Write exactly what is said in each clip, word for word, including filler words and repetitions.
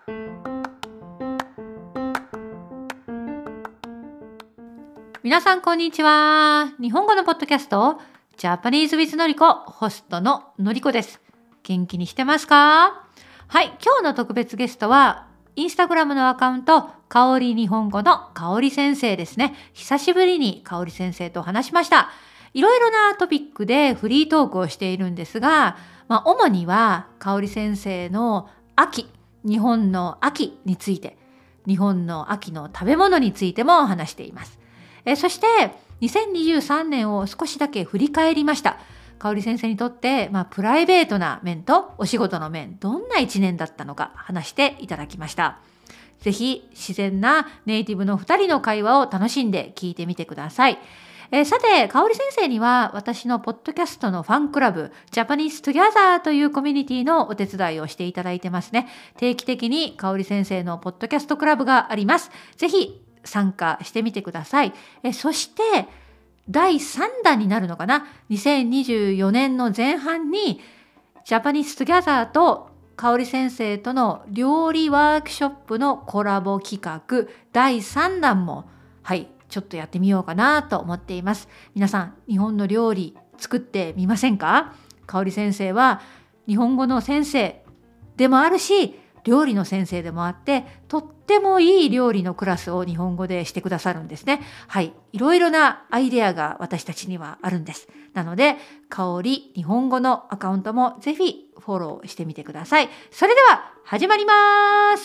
皆さんこんにちは。日本語のポッドキャスト、ジャパニーズ with のりこ、ホストののりこです。元気にしてますか？はい、今日の特別ゲストは、インスタグラムのアカウント、かおり日本語のかおり先生ですね。久しぶりにかおり先生と話しました。いろいろなトピックでフリートークをしているんですが、まあ、主にはかおり先生の秋、日本の秋について、日本の秋の食べ物についても話しています。えそしてにせんにじゅうさんねんを少しだけ振り返りました。かおり先生にとって、まあ、プライベートな面とお仕事の面、どんな一年だったのか話していただきました。ぜひ自然なネイティブのふたりの会話を楽しんで聞いてみてください。えー、さて、かおり先生には私のポッドキャストのファンクラブ、ジャパニーズトゥギャザーというコミュニティのお手伝いをしていただいてますね。定期的にかおり先生のポッドキャストクラブがあります。ぜひ参加してみてください。えそしてだいさんだんになるのかな、にせんにじゅうよねんの前半にジャパニーズトゥギャザーとかおり先生との料理ワークショップのコラボ企画だいさんだんもはいちょっとやってみようかなと思っています。皆さん日本の料理作ってみませんか？かおり先生は日本語の先生でもあるし、料理の先生でもあって、とってもいい料理のクラスを日本語でしてくださるんですね。はい。いろいろなアイデアが私たちにはあるんです。なので、かおり日本語のアカウントもぜひフォローしてみてください。それでは始まります。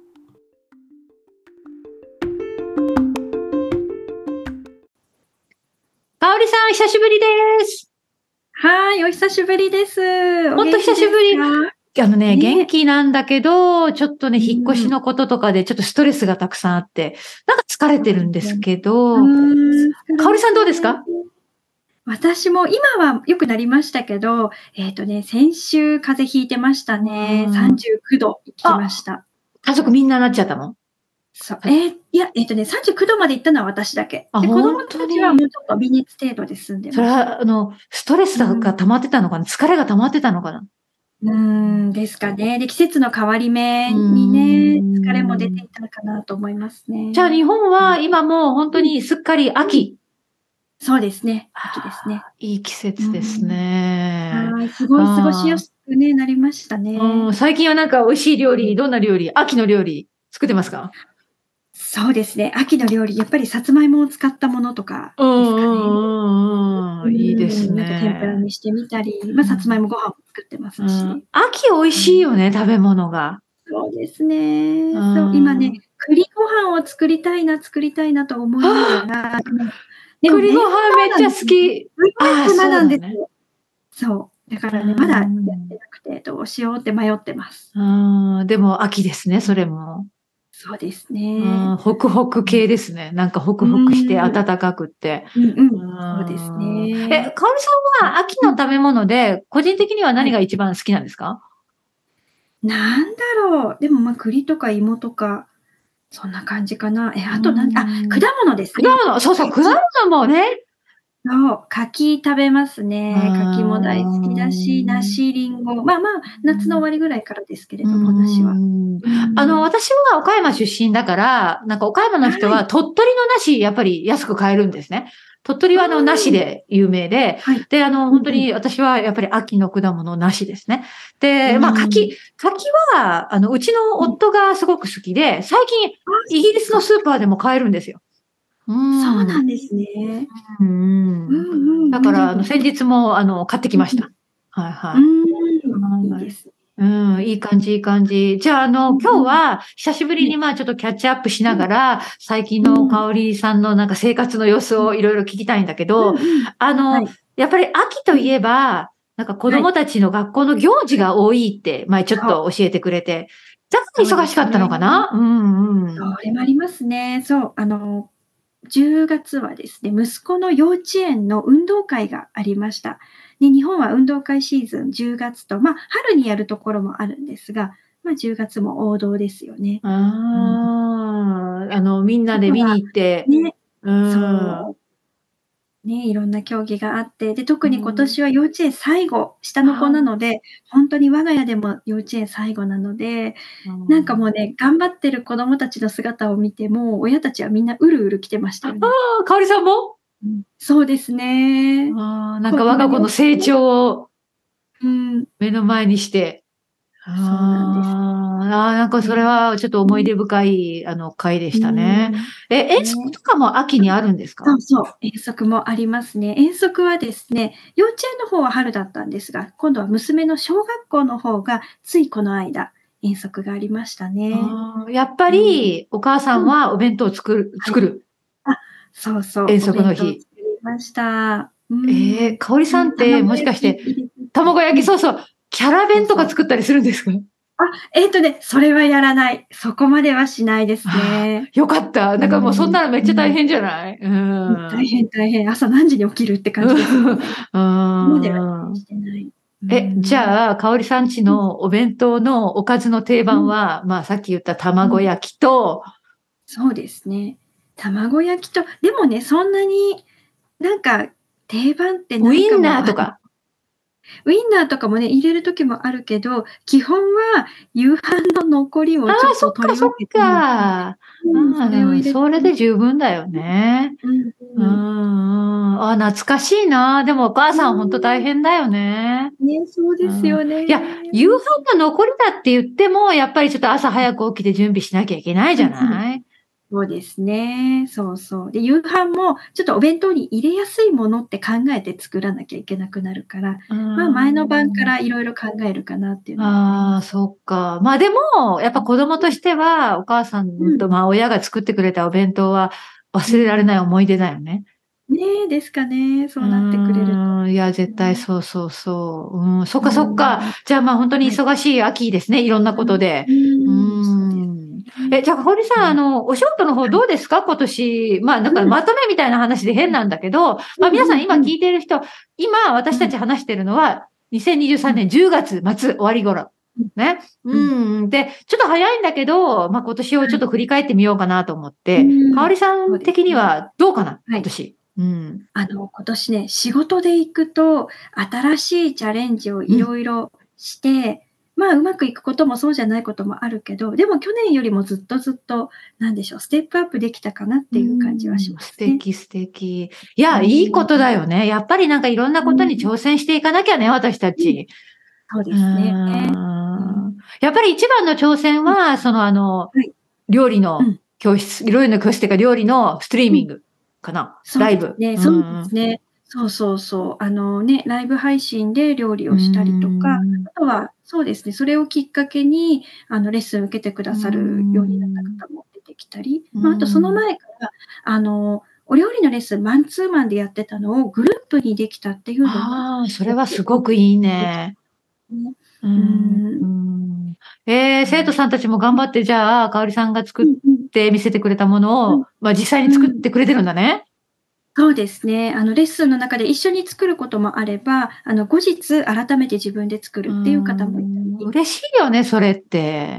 かおりさん、久しぶりです。 はい、お久しぶりです。 もっと久しぶり。あのね、 ね、 元気なんだけど、ちょっとね、引っ越しのこととかでちょっとストレスがたくさんあって、なんか疲れてるんですけど、かおりさんどうですか？ 私も今は良くなりましたけど、えっとね、先週風邪ひいてましたね。さんじゅうきゅうどいきました。 家族みんななっちゃったの？ そう。えー、いや、えっとね、さんじゅうきゅうどまで行ったのは私だけ。で、子供たちはもうちょっと微熱程度で済んでました。 それは、あの、ストレスが溜まってたのかな、疲れが溜まってたのかな？ うーん、ですかね。で、季節の変わり目にね、疲れも出ていたかなと思いますね。 じゃあ日本は今もう本当にすっかり秋。 そうですね。秋ですね。 いい季節ですね。 はい、すごい過ごしやすくね、なりましたね。 最近はなんか美味しい料理、どんな料理、秋の料理作ってますか？ そうですね。秋の料理、やっぱりさつまいもを使ったものとかですかね。 うんうん、いいですね。 なんか天ぷらにしてみたり、まあ、さつまいもご飯も作ってますし。 秋美味しいよね、食べ物が。 そうですね。そう、今ね、栗ご飯を作りたいな、作りたいなと思いながら。 栗ご飯めっちゃ好き。 ああ、そうなんですよ。そう。だからね、まだやってなくて、どうしようって迷ってます。 うん、でも秋ですね、それも。 そうですね。 ホクホク系ですね。なんかホクホクして暖かくって。 うんうん。そうですね。 え、かおりさんは秋の食べ物で、個人的には何が一番好きなんですか？ なんだろう。でもまあ栗とか芋とか、そんな感じかな。え、あとなんあ、果物ですね。 果物、そうそう、果物もね。 そう、柿食べますね。柿も大好きだし、梨、りんご、まあまあ、夏の終わりぐらいからですけれども、梨は。 あの、私は岡山出身だから、なんか岡山の人は鳥取の梨、やっぱり安く買えるんですね。鳥取はあの梨で有名で、で、あの、本当に私はやっぱり秋の果物梨ですね。で、まあ柿、柿は、あの、うちの夫がすごく好きで、最近イギリスのスーパーでも買えるんですよ。 そうなんですね。 うん。だから、あの、先日も、あの、買ってきました。はいはい。 うん。いいです。 うん、いい感じ、いい感じ。じゃあ、あの、今日は、久しぶりに、まあ、ちょっとキャッチアップしながら、最近のかおりさんのなんか生活の様子をいろいろ聞きたいんだけど、あの、やっぱり秋といえば、なんか子供たちの学校の行事が多いって、前ちょっと教えてくれて、だから忙しかったのかな？うんうん。 それもありますね。そう、あの、じゅうがつはですね、息子の幼稚園の運動会がありました。で、日本は運動会シーズンじゅうがつと、まあ、春にやるところもあるんですが、まあ、じゅうがつも王道ですよね。 ああ、あの、みんなで見に行って。 ね、 うん。 そう。 ね、いろんな競技があって、で、 う特に今ん。 年は幼稚園最後、下の子なあので、ほんとに我が家でも幼稚園最後なので、 あ、うなんかもん。 うね、頑張ってる子供たちの姿を見て、もう親たちはみんなうるうる来てましたあよね。 あ、香織さんも？ うん、そうですね。 ああ、なんか我がこんなに子の成大きくな長をうん、 目の前にして。 そうなんです。 ああ、ああ、なんかそれね。 はちょっとうん、 思い出深い、あの、回でうしたね。 ん。 え、遠足ね。 とかも秋にあるんですか？ そうそう、遠足もありますね。遠足はですね、幼稚園の方は春だったんですが、今度は娘の小学校の方がついこの間、遠足がありましたね。 ああ、やっぱうん。 りお母さんうん、 はお弁当を作るはい。 作る。 あ、そうそう、 遠お弁当を足の日。 作りました。うええ、 ん。 香織さんね、 って卵焼きもしかして入れて卵焼き、 うん、 そうそう、キャラ弁とそうそう。 か作ったりするんですか？ あ、えっとね、それはやらない。そこまではしないですああ、 ね。 よかった。 うなんかもうそんん、 なのめっうん。 ちゃ大変じゃない？うーうん、大ん。 変大変。朝何時に起きるって感じですもんね。 うそこまではーん。 してない。うーえ、じん。 ゃあ、香織さんちうん、 のお弁当のおかずの定うん、 番は、まあ、さっき言ったうん。 卵焼きと、 そうですね。卵焼きと、でもね、そんなになんか定番ってないかウインナーも。あ、 とか。 ウインナーとかもね、入れる時もあるけど、基本は夕飯の残りああ、 をちょっとそっかそっ取り分けて、 か。あうん、それをあ、 入れてそれで十分だよね。 うん、 うんうん。 うん。あ、懐かしいな。でもお母うさんほんと大ーん。 変だよね。 ね、そうですうん。 よね。 いや、夕飯そう。 の残りだって言っても、やっぱりちょっと朝早く起きて準備しなきゃいけないじゃうんうん。 ない？ そうですね。そうそう。で、夕飯もちょっとお弁当に入れやすいものって考えて作らなきゃいけなくなるから、 うーまあ、前の晩かん。 らいろいろ考えるかなっていうのはありああ、 ます。 そっか。まあでも、やっうん。 ぱ子供としては、お母さんと、 うん。 まあ親が作ってくれたお弁当は忘れられうん。 ない思い出だよね。 ね、ですかね。そううなってくれるとーん、いや、絶対ね。 そうそうそう。うん、そっうかそっか。 ん。 じゃあ、まあ、ほんとにはい。 忙しい秋ですね、いろんなうん。 ことで。 ううーーん、そうですん。え、 ね。 じゃあ、香織さん、あうん。 の、お仕事の方はい。 どうですか？今年。まあ、なんかうん。 まとめみたいな話で変なんだけど、まあ、 うん皆さん今うんうん。 聞いている人、今私たうん。 ち話してるのは、2023 うん。 年じゅうがつ末終わり頃。 うん。 ね。 うん。 うん。で、ちょっと早いんだけど、まあ、今年をちょっはい。 と振り返ってみようかなと思っうて、香ーん。 織さそうん的にですね。 はどうかな？ はい。 今年。うん。 あの、今年ね、仕事で行くと、新しいチャレンジをいうん。 ろいろして、まあ、うまくいくこともそうじゃないこともあるけど、でも去年よりもずっとずっと、なんでしょう、ステップアップできたかなっうーていう感じはしん、素ますね。 敵素敵。いや、いいうーことだん。 よね。やっぱりなんかいろんなことにうん。 挑戦していかなきゃね、私たうん。 ち。 そううーですね。うん。 ん。やっぱり一番の挑戦うん。 は、その、あの、 はい。 料理のうん。 教室料理の教室っていうか、料理のストリーうん。 ミングかな。 そうライブ。 ですね、 うそうでんうん。 すね。そうそうそう。あのね、ライブ配信で料理うーをしたりとか、 ん。 あとは、そうですね、それをきっかけに、あの、レッスン受けてくうーださるようになったん。 方も出てきたり、 うーまあ、あとそのん。 前から、あの、お料理のレッスン、マンツーマンでやってたのをグループにできたっていうのも、 ああ、それやっはすぱり大きごくいいなできね。 ね。 うーうーん、うーん。 ん。ええ、生徒はい。 さんたちも頑張って、じゃあ、香織さんが作っうんうん。 て見せてくれたものを、 うん。 ま、実際に作っうん。 てくれてるんだね。 そうですね。あの、レッスンの中で一緒に作ることもあれば、あの、後日改めて自分で作うーるっていう方もいたん、 り。 嬉しいよね、それって。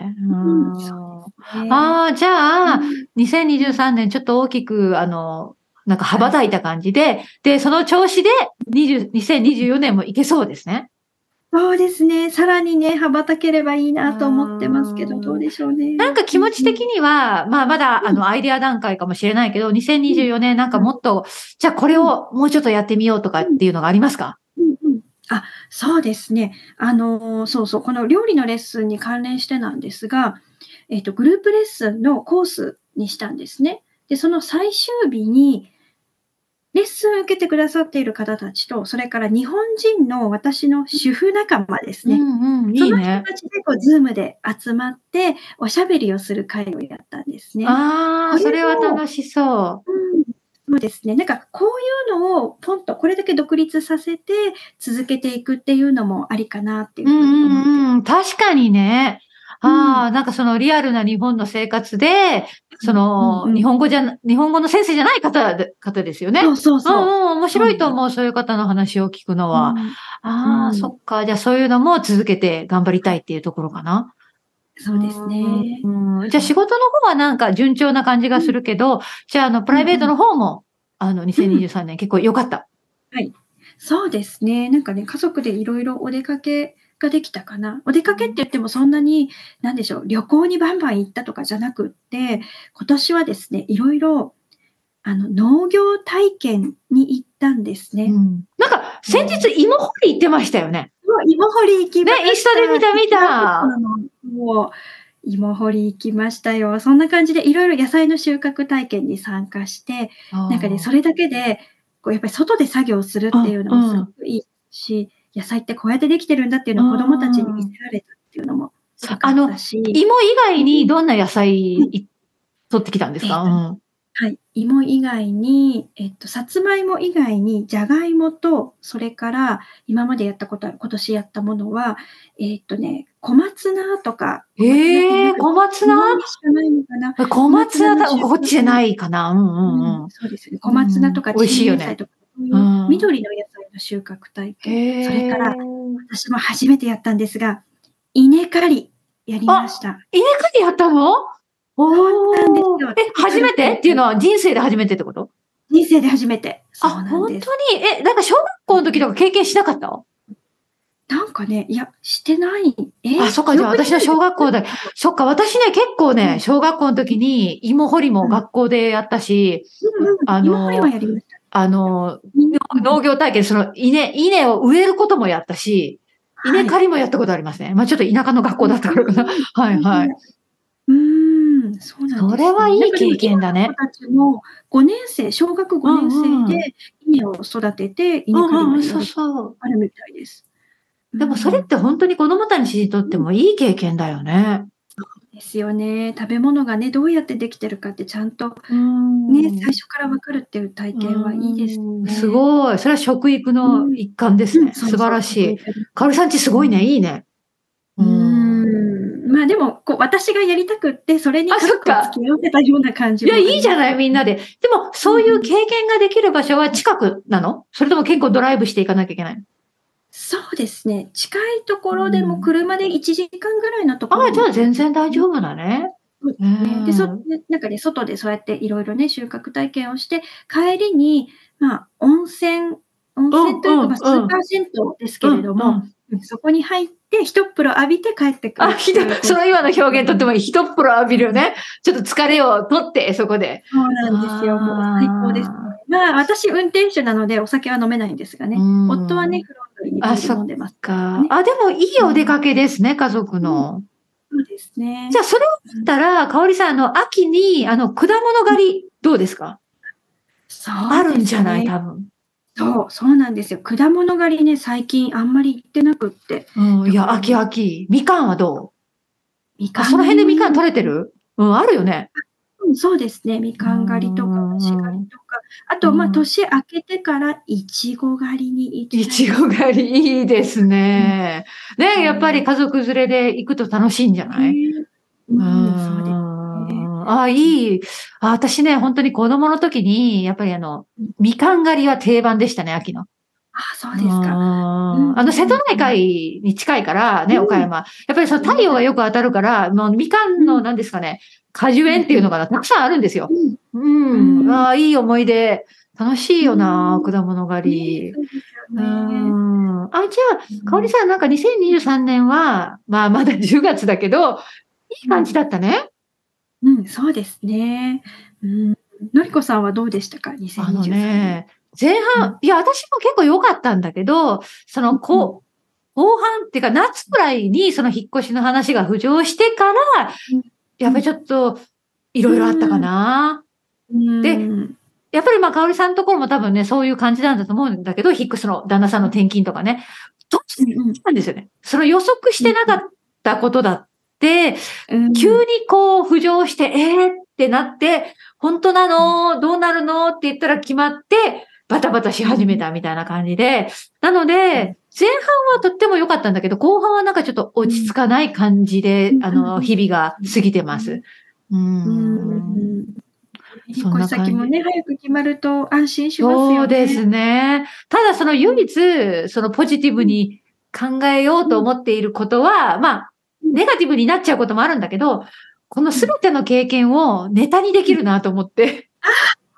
うーうん、そうん。 ですね。 ああ、じゃあ、 うん。 2023 うん。 年ちょっと大きく、あの、なんか羽はい。 ばたいた感じで、で、その調子で、にじゅう2024 うん。 年もいけそうですね。 そうですね、さらにね、羽ばたければいいうーなと思ってますけど、どうん。 でしょうね。 なんか気うんうん。 持ち的には、まあ、まだ、あうん。 の、アイデア段階かもしれないけど、2024 うん。 年なんかはい。 もっと、じゃあこれうん。 をもうちょっとやってみようとかっうん。 ていうのがありますか？ うんうん。あ、そうですね。あの、そうそう、この料理のレッスンに関連してなんですが、えっと、グループレッスンのコースにしたんですね。で、その最終日にレッスン受けてくださっている方たちと、それから日本人の私の主婦仲間ですうね。 んうん、 その人いいね。 たちでこう Zoom で集まって、おしゃべりをする会をやったんですね。 ああ、 これそれはも楽しそう。 うん、そうですね。なんかこういうのをポンとこれだけ独立させて続けていくっていうのもありかなっていううん風に思ってうんうん、確かにね。 うん。 ああ、なんかそのリアルな日本の生活で、そうん、うんの、 うん。 日本語じゃな日本語の先生じゃない方で方ですよね。 そうそううんそう。 うん、面そうなんです。 白いと思う、そういう方の話を聞くのは。 うん。うああ、そん。 っか、じゃあそういうのも続けて頑張りたはい。 いっていうところかな。うそうですね。 ーん、じゃあはい。 仕事の方はなんか順調な感じがすうん。 るけど、じゃあ、あの、プライベートうんうん。 の方もあの、にせんにじゅうさんねん、結構良かった。 はい。そうですね。なんかね、家族でいろいろお出かけができたかな。お出かけって言ってもそんなに、なんでしょう、旅行にバンバン行ったとかじゃなくって、今年はですね、いろいろ、あの、農業体験に行ったんですね。 うん。なんか、先ね。 日芋掘り行ってましたよね。 そう、芋掘り行きね、 まインスタで見した。 た見た。 もう、芋掘り行きましたよ。そんな感じでいろいろ野菜の収穫体験に参加して、なんかね、そあれだけで、こうやっぱり外で作業するっていあ。 うのもすうん、うん。 ごくいいし、野菜ってこうやってできてるんだっていううのを子供たちに見せん。 られたっていうのもそあの、 良かったし。 芋以外うんにどんな野菜、 うん。うん。 い取ってきたんですか？ えっとうん。 はい、芋以外に、えっと、さつまいも以外に、じゃがいもと、それから今までやったことある、今年やったものは、えっとね、小松菜とか、小松菜ってへえ、 なんか小松菜？ 日本にしかないのかな。 え、小小松松菜、 菜の収たこっちじゃな穫。 いかな。うんううん、 んうん。 そうですよね。小松菜うん、 とか美味チンゲン菜しいよね。 とか、そういううん。 緑の野菜の収穫体へ験、それからえ。 私も初めてやったんですが、稲刈りやりましあ、 た。 稲刈りやったの？ そうなんですおお。 よ。 え、初めてっていうのは人生で初めてってこと？ 人生で初めて。 あ、 そうなんほんです。 とに？え、なんか小学校の時とか経験しなかった？ なんかね、いや、してない。 あ、 え、 そっか、じゃあ私の記憶にないです。 小学校で、そっか、私ね、結構ね、 うん。 小学校の時に芋掘りもうん。 学校でやったし、 うんうん。芋掘りはあの、 やりました。 あの、 うんうん。 農業体験、その稲稲を植えることもやったし、稲はい。 刈りもやったことありますね。ま、ちょっと田舎の学うーん。 校だったからかな。はいはい。 うーん、そうなんそれですね。なんかでもはいい経験だね。 今の子たちもごねんせい小学うごねんせいでんうん。 稲を育てて、稲刈りうんうんうん、そうまでやるそう。 あるみたいです。うでもそれっん。 てほんとに子供たちにとってうん。 もいい経験だよね。 そうですよね。食べ物がね、どうやってできてるかってちゃんとうーね、最ん。 初から分かるっていう体う験はいいですーん、すね。 ごい。それは食育うん。 の一環ですうん、 ね。素晴そうそう、 らしい。 食育です。 かおりさんちすうん。 ごいね、いいね。 うーうーん。 ん、まあ、でも、こう、私がやりたくって、それにあ、 家そっか。 族を付き合わせたような感じいや、いもありますいじゃない、みんなで。でも、そういううんうん。 経験ができる場所は近くなの？それとも結構ドライブしていかなきゃいけないの？ そうですね。近いとこうろでもん。 車でいちじかんぐらいのとああ、じゃころにあるあ全然大ね。 丈夫だね。 そうでうーすね。で、そん。 で、なんかね、外でそうやっていろいろね、収穫体験をして、帰りに、まあ、温泉温うんう泉というか、ま、スーんうん。 パー銭湯ですけうれども、 んうん。 うん、そこに入って一っ風呂浴びて帰ってくあ、 るってひというこうその今の表現とってもいい。一っ風呂浴びるようん。 ね。ちょっと疲れを取って、そこで。 そうなんですよ。もう最高ですね。 ああ。 まあ、私運転手なので、お酒は飲めないんですがうーね。夫はね、 ん。 風呂上がりにあ、 ビーそっル飲んでますからか。 ね。 あ、でもいいうん。 お出かけですね、家族うん。 の。 そうですね。 じゃあ、それをうん。 ったら、かおりさん、あの、秋に、あの、果物うん。 狩りどうですか？あそうるんじゃない？ ですね。 多分。 そう、そうなんですよ。果物狩りね、最近あんまり行ってなくって。 うん、いや、秋だからね秋。みかんはどう？あ、 みかんその辺でみかん狩りもいいで取れてる？うん、あるよね。 あ、うん、そうですね。みうーかん狩りとか梨狩ん、うん。 りとか、あと、ま、 うん。 年明けてからいちご狩りに行きいたいですね。 ちご狩り、いいですうん。 ね。ね、やっぱりうん。 家族連れで行くと楽しいんじゃない？ ね。ううーん、そうですね。 ん。あ、 うん。 いい。あ、私ね、ほんとに子供の時に、やっぱりあの、 うん。 みかん狩りは定番でしたね、秋の。 ああ、そううーですか。うんん。あの、瀬戸うんうん。 内海に近いからね、岡うん。 山。やっぱりその太陽がそうなんよく当たるから、もうみかんのうん。 なんですかね、果樹園っうんうん。 ていうのかな、たくさんあるんですよ。 うん。 ううん。 ーん。 ああ、いい思い出。楽しいうーよな、 ん。 果物狩ね、 り。 そうですようーね。 ん。あ、じゃあ、 うん。 かおりさんなんかにせんにじゅうさんねんは、まあ、まだじゅうがつだけど、いいうん。 感じだったね。 うん、そうですね。うん。のりこさんはどうでしたか？にせんにあのじゅうさんねん。 ね、前うん。 半いや、私も結構良かったんだけど、その、 うんうん。 こう後半っていうか、夏くらいにその引っ越しの話が浮上してから、 うん、うん。 やっぱりちょっとう色々あったかーん。 な。 うで、 ーん。 やっぱり、ま、かおりさんところも多分ね、そういう感じなんだと思うんだけど、引っ越しの旦那さんのうん。 転勤とかね。突然うんうん。 来たんですよね。その予測しうんうん。 てなかったことだって、 うーん。 急にこう浮上して、ええってなって、ほんとなうん。 の？どうなるの？って言ったら決まって、バタバタし始めうんうん。 たみたいな感じで、なのうん。 で、前半はとっても良かったんだけど、後半はなんかちょっと落ちうん。 着かない感じで、 うんあの、 うんうん。 日々がそう過ぎてですね。 ます。うーうーん。 ん。引っそん越しな感じ。 先もね、早く決まると安心しますよね。 そうですね。ただその唯うん。 一、そのポジティうん。 ブに考えよううん。 と思っていることは、まあ、 うん。 ネガティブになっちゃうこともあるんだけど、このうん。 全ての経験をネタにでうん。 きるなと思って。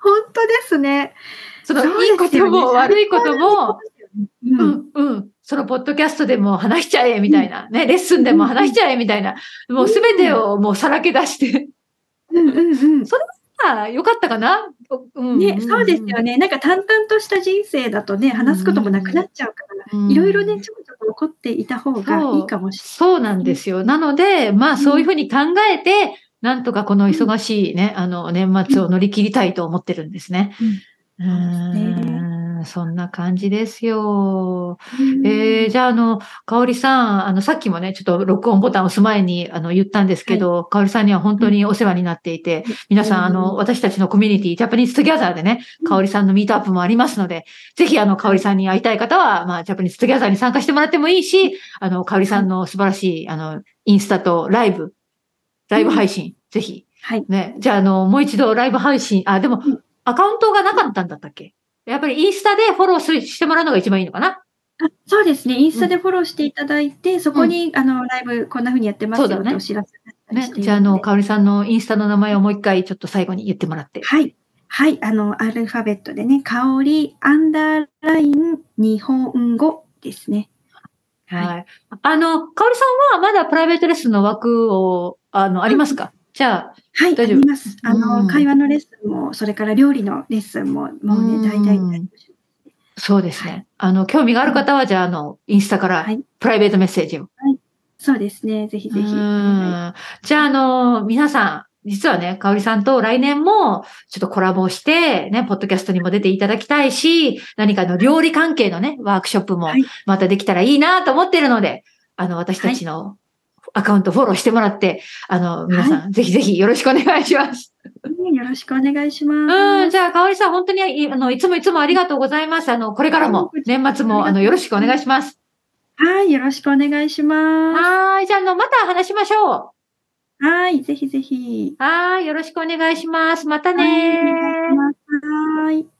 本当ですね。 その、 そういいこですよね。 とも悪いことも、 うん。 うん、うん。そのポッドキャストでも話しちゃえ、みうん。 たいな。ね、レッスンでも話しちゃえ、みたいな。もうすべうん。 てをもうさらけ出して。 うんうんうん。 それは良かったかな？おうんうんね、そうですうん。 よね。なんか淡々とした人生だとね、 うん話すこともなくなうん。 っちゃうから、 ういろいろね、 ん。 ちょこちょこ起こっていた方がいいそう、 かもしそうなれないですね。 んですよ。なので、まあ、 うん。 そういうふうに考えて、なんとかこのうん。 忙しいね、あの、年うん。 末を乗り切りたいと思ってるんですね。 うん。 うそうですね。 ーん、そんな感じですよ。 うーえー、 ん。 じゃあ、あの、かおりさん、あの、さっきもね、ちょっと録音ボタンを押す前に、あの、言ったんですはい。 けど、かおりさんには本うん。 当にお世話になっていて、 はい。 皆さん、あの、 いえいえいえ。 私たちのコミュニティ、ジャパニーズトゥギャザーでね、 うん。 かおりさんのミートアップもありますので、ぜひ、あの、かおはい。 りさんに会いたい方は、まあ、ジャパニーズトゥギャザーに参加してもらってもいいうん。 し、あの、かおりはい。 さんの素晴らしい、あの、インスタとライブ、ライブうん。 配信、ぜひ、 はい。 ね、じゃあ、あの、もう一度ライブ配信、あ、でも、 うん。 アカウントがなうん。 かったんだったっけ？やっぱりインスタでフォローするしてもらうのが一番いいのかな？ あ、そうですね。インスタでうん。 フォローしていただいて、そうん。 こに、あの、ライブこんな風にやってますよっておそうだね。 知らせだったりしね、じゃあ、あの、 ているので。 かおりさんのインスタの名前をもう一回ちょっと最後に言ってもらって。 はい。はい、あの、アルファベットでね、かおりアンダーライン日本語ですね。はい。 はい。あの、かおりさんはまだプライベートレッスンの枠を、あの、ありうんうん。 ますか？じゃあ、 はい、あ大丈夫。 ります。あの、 うーん。 会話のレッスンも、それから料理のレッスンも、 うーもうね、大々的ん。そうですはい。 ね。あの、興味があうん。 る方は、じゃあ、あの、インスタからはい。 プライベートメッセージを。 はい。そうですね。ぜひうぜひお願いーん。じゃあ、あの、皆さん、実はね、かおりさんと来年もちょっとコラボして、ね、ポッドキャストにも出ていただきたいし、何かのはい。 料理関係のね、ワークショップもはい。 またできたらいいなと思ってるので、あの、私たはい。 ちのアカウントフォローしてもらって、あの、皆はい。 さん、ぜひぜひよろしくお願いします。 うん、よろしくお願いしうん、じゃます。 あ、かおりさん、本当に、いあの、いつもいつもありうん。 がとうございます。あの、これからうん、 も、 こち年末も、あの、 ありがとうよろしくおございます。 願いします。 はい、よろしくお願いします。 はーい。じゃあ、あの、また話しましょう。 はい、ぜひぜひ。 はーい。よろしくお願いします。またはい、お願いしねー。 ます。はーい。